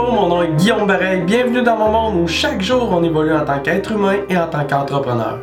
Bonjour, mon nom est Guillaume Bareil, bienvenue dans mon monde où chaque jour on évolue en tant qu'être humain et en tant qu'entrepreneur.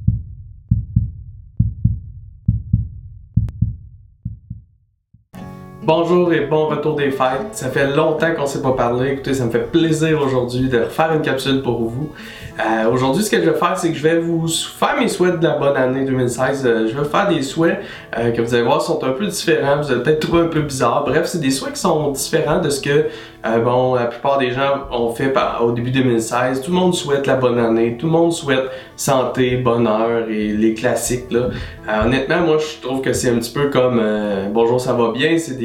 Bonjour et bon retour des fêtes. Ça fait longtemps qu'on ne s'est pas parlé. Écoutez, ça me fait plaisir aujourd'hui de refaire une capsule pour vous. Aujourd'hui, ce que je vais faire, c'est que je vais vous faire mes souhaits de la bonne année 2016. Je vais faire des souhaits que vous allez voir sont un peu différents. Vous allez peut-être trouver un peu bizarre. Bref, c'est des souhaits qui sont différents de ce que la plupart des gens ont fait au début 2016. Tout le monde souhaite la bonne année. Tout le monde souhaite santé, bonheur et les classiques, là. Honnêtement, moi, je trouve que c'est un petit peu comme bonjour, ça va bien. C'est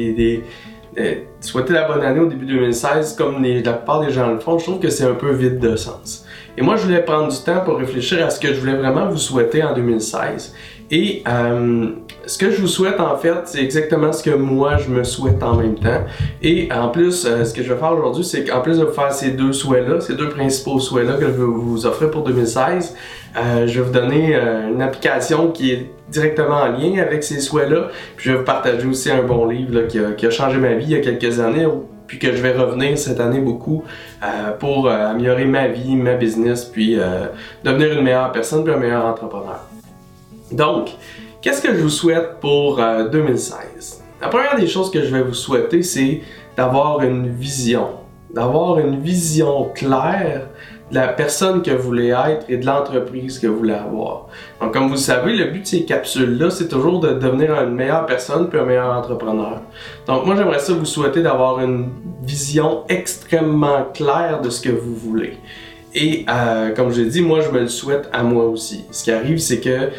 souhaiter la bonne année au début 2016, comme la plupart des gens le font, je trouve que c'est un peu vide de sens. Et moi, je voulais prendre du temps pour réfléchir à ce que je voulais vraiment vous souhaiter en 2016. Et ce que je vous souhaite, en fait, c'est exactement ce que moi, je me souhaite en même temps. Et en plus, ce que je vais faire aujourd'hui, c'est qu'en plus de vous faire ces deux souhaits-là, ces deux principaux souhaits-là que je vais vous offrir pour 2016, je vais vous donner une application qui est directement en lien avec ces souhaits-là. Puis je vais vous partager aussi un bon livre là, qui a changé ma vie il y a quelques années, puis que je vais revenir cette année beaucoup pour améliorer ma vie, ma business, puis devenir une meilleure personne, puis un meilleur entrepreneur. Donc, qu'est-ce que je vous souhaite pour 2016? La première des choses que je vais vous souhaiter, c'est d'avoir une vision. D'avoir une vision claire de la personne que vous voulez être et de l'entreprise que vous voulez avoir. Donc, comme vous le savez, le but de ces capsules-là, c'est toujours de devenir une meilleure personne puis un meilleur entrepreneur. Donc, moi, j'aimerais ça vous souhaiter d'avoir une vision extrêmement claire de ce que vous voulez. Et comme je l'ai dit, moi je me le souhaite à moi aussi. Ce qui arrive, c'est que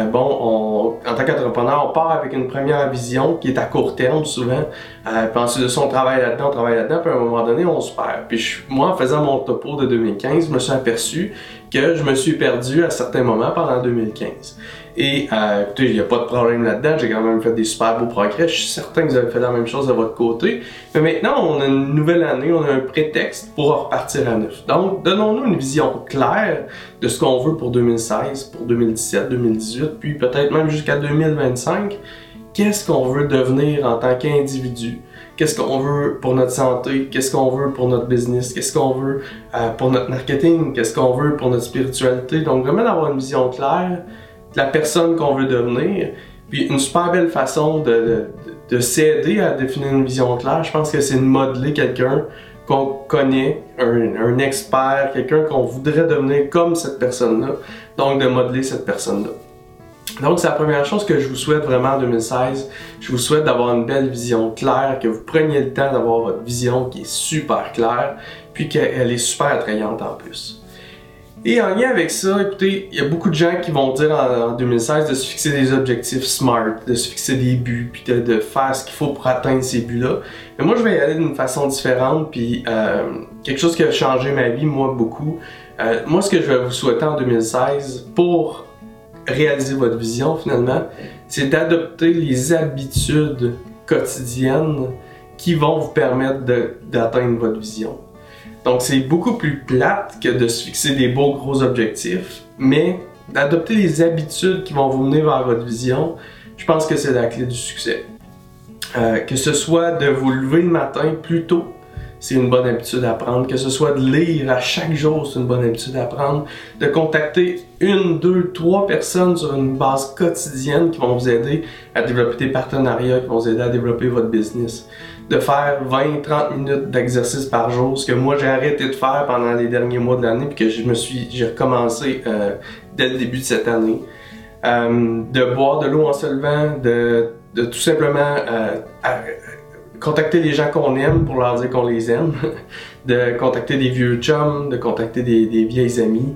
en tant qu'entrepreneur, on part avec une première vision qui est à court terme souvent. Puis ensuite de ça, on travaille là-dedans, puis à un moment donné, on se perd. Puis moi, en faisant mon topo de 2015, je me suis aperçu que je me suis perdu à certains moments pendant 2015. Et écoutez, il n'y a pas de problème là-dedans, j'ai quand même fait des super beaux progrès, je suis certain que vous avez fait la même chose de votre côté. Mais maintenant, on a une nouvelle année, on a un prétexte pour repartir à neuf. Donc, donnons-nous une vision claire de ce qu'on veut pour 2016, pour 2017, 2018, puis peut-être même jusqu'à 2025. Qu'est-ce qu'on veut devenir en tant qu'individu? Qu'est-ce qu'on veut pour notre santé? Qu'est-ce qu'on veut pour notre business? Qu'est-ce qu'on veut pour notre marketing? Qu'est-ce qu'on veut pour notre spiritualité? Donc, vraiment d'avoir une vision claire de la personne qu'on veut devenir. Puis une super belle façon de s'aider à définir une vision claire, je pense que c'est de modeler quelqu'un qu'on connaît, un expert, quelqu'un qu'on voudrait devenir comme cette personne-là. Donc de modeler cette personne-là. Donc c'est la première chose que je vous souhaite vraiment en 2016. Je vous souhaite d'avoir une belle vision claire, que vous preniez le temps d'avoir votre vision qui est super claire, puis qu'elle est super attrayante en plus. Et en lien avec ça, écoutez, il y a beaucoup de gens qui vont dire en 2016 de se fixer des objectifs SMART, de se fixer des buts, puis de faire ce qu'il faut pour atteindre ces buts-là. Mais moi, je vais y aller d'une façon différente, puis quelque chose qui a changé ma vie, moi, beaucoup. Moi, ce que je vais vous souhaiter en 2016 pour réaliser votre vision, finalement, c'est d'adopter les habitudes quotidiennes qui vont vous permettre d'atteindre votre vision. Donc c'est beaucoup plus plate que de se fixer des beaux gros objectifs, mais d'adopter les habitudes qui vont vous mener vers votre vision, je pense que c'est la clé du succès. Que ce soit de vous lever le matin plus tôt, c'est une bonne habitude à prendre. Que ce soit de lire à chaque jour, c'est une bonne habitude à prendre. De contacter 1, 2, 3 personnes sur une base quotidienne qui vont vous aider à développer des partenariats, qui vont vous aider à développer votre business. De faire 20-30 minutes d'exercice par jour, ce que moi j'ai arrêté de faire pendant les derniers mois de l'année, puis que j'ai recommencé dès le début de cette année. De boire de l'eau en se levant, de tout simplement contacter les gens qu'on aime pour leur dire qu'on les aime, de contacter des vieux chums, de contacter des vieilles amies.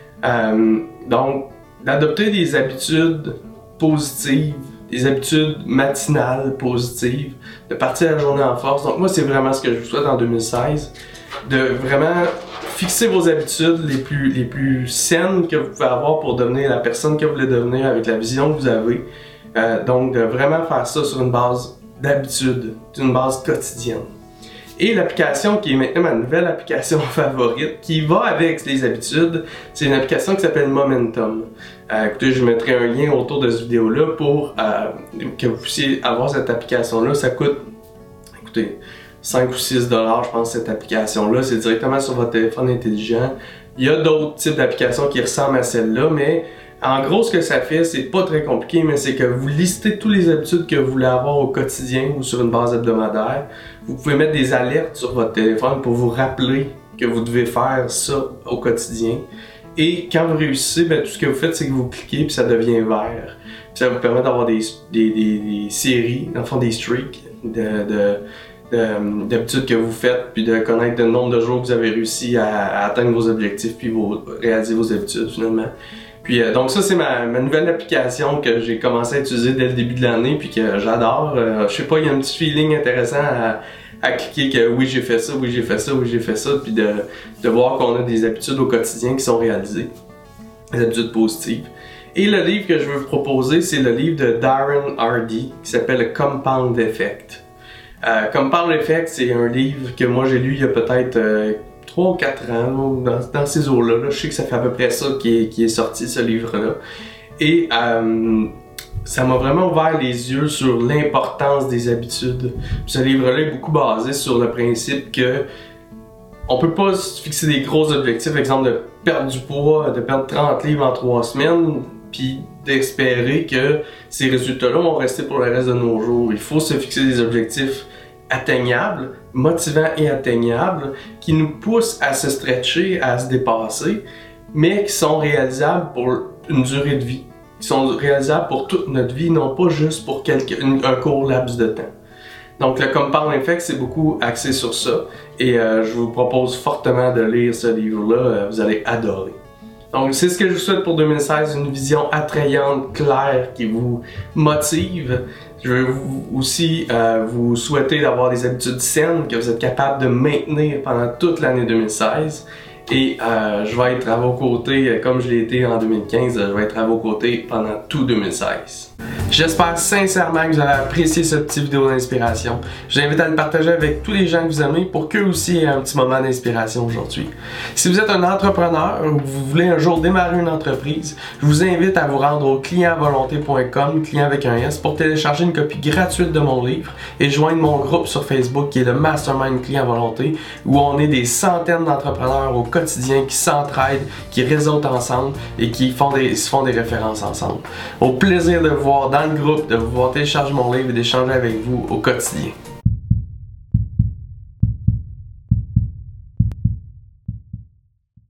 Donc, d'adopter des habitudes positives, des habitudes matinales positives, de partir la journée en force. Donc moi, c'est vraiment ce que je vous souhaite en 2016, de vraiment fixer vos habitudes les plus saines que vous pouvez avoir pour devenir la personne que vous voulez devenir avec la vision que vous avez. Donc, de vraiment faire ça sur une base d'habitude, d'une base quotidienne. Et l'application qui est maintenant ma nouvelle application favorite, qui va avec les habitudes, c'est une application qui s'appelle Momentum. Écoutez, je mettrai un lien autour de cette vidéo-là pour que vous puissiez avoir cette application-là. Ça coûte, écoutez, 5 ou 6 $, je pense, cette application-là. C'est directement sur votre téléphone intelligent. Il y a d'autres types d'applications qui ressemblent à celle-là, mais en gros, ce que ça fait, c'est pas très compliqué, mais c'est que vous listez toutes les habitudes que vous voulez avoir au quotidien ou sur une base hebdomadaire. Vous pouvez mettre des alertes sur votre téléphone pour vous rappeler que vous devez faire ça au quotidien. Et quand vous réussissez, ben, tout ce que vous faites, c'est que vous cliquez puis ça devient vert. Puis ça vous permet d'avoir des séries, dans le fond des streaks d'habitudes que vous faites, puis de connaître le nombre de jours que vous avez réussi à atteindre vos objectifs, puis réaliser vos habitudes finalement. Puis donc ça, c'est ma nouvelle application que j'ai commencé à utiliser dès le début de l'année, puis que j'adore. Je sais pas, il y a un petit feeling intéressant à cliquer que oui j'ai fait ça, oui j'ai fait ça, oui j'ai fait ça, puis de voir qu'on a des habitudes au quotidien qui sont réalisées, des habitudes positives. Et le livre que je veux vous proposer, c'est le livre de Darren Hardy qui s'appelle le Compound Effect. Compound Effect, c'est un livre que moi j'ai lu il y a peut-être 3 ou 4 ans, dans ces eaux-là. Je sais que ça fait à peu près ça qui est sorti, ce livre-là. Et ça m'a vraiment ouvert les yeux sur l'importance des habitudes. Puis ce livre-là est beaucoup basé sur le principe que on peut pas se fixer des gros objectifs, exemple de perdre du poids, de perdre 30 livres en 3 semaines, puis d'espérer que ces résultats-là vont rester pour le reste de nos jours. Il faut se fixer des objectifs atteignables, motivants et atteignables, qui nous poussent à se stretcher, à se dépasser, mais qui sont réalisables pour une durée de vie, qui sont réalisables pour toute notre vie, non pas juste pour un court laps de temps. Donc le Compound Effect, c'est beaucoup axé sur ça, et je vous propose fortement de lire ce livre-là, vous allez adorer. Donc c'est ce que je vous souhaite pour 2016, une vision attrayante, claire, qui vous motive. Je vais aussi vous souhaiter d'avoir des habitudes saines que vous êtes capable de maintenir pendant toute l'année 2016. Et je vais être à vos côtés, comme je l'ai été en 2015, je vais être à vos côtés pendant tout 2016. J'espère sincèrement que vous avez apprécié cette petite vidéo d'inspiration. Je vous invite à le partager avec tous les gens que vous aimez pour qu'eux aussi aient un petit moment d'inspiration aujourd'hui. Si vous êtes un entrepreneur ou que vous voulez un jour démarrer une entreprise, je vous invite à vous rendre au clientvolonté.com, client avec un S, pour télécharger une copie gratuite de mon livre et joindre mon groupe sur Facebook qui est le Mastermind Client Volonté, où on est des centaines d'entrepreneurs au quotidien qui s'entraident, qui réseautent ensemble et qui se font des références ensemble. Au plaisir de vous voir dans le groupe, de vous voir télécharger mon livre et d'échanger avec vous au quotidien.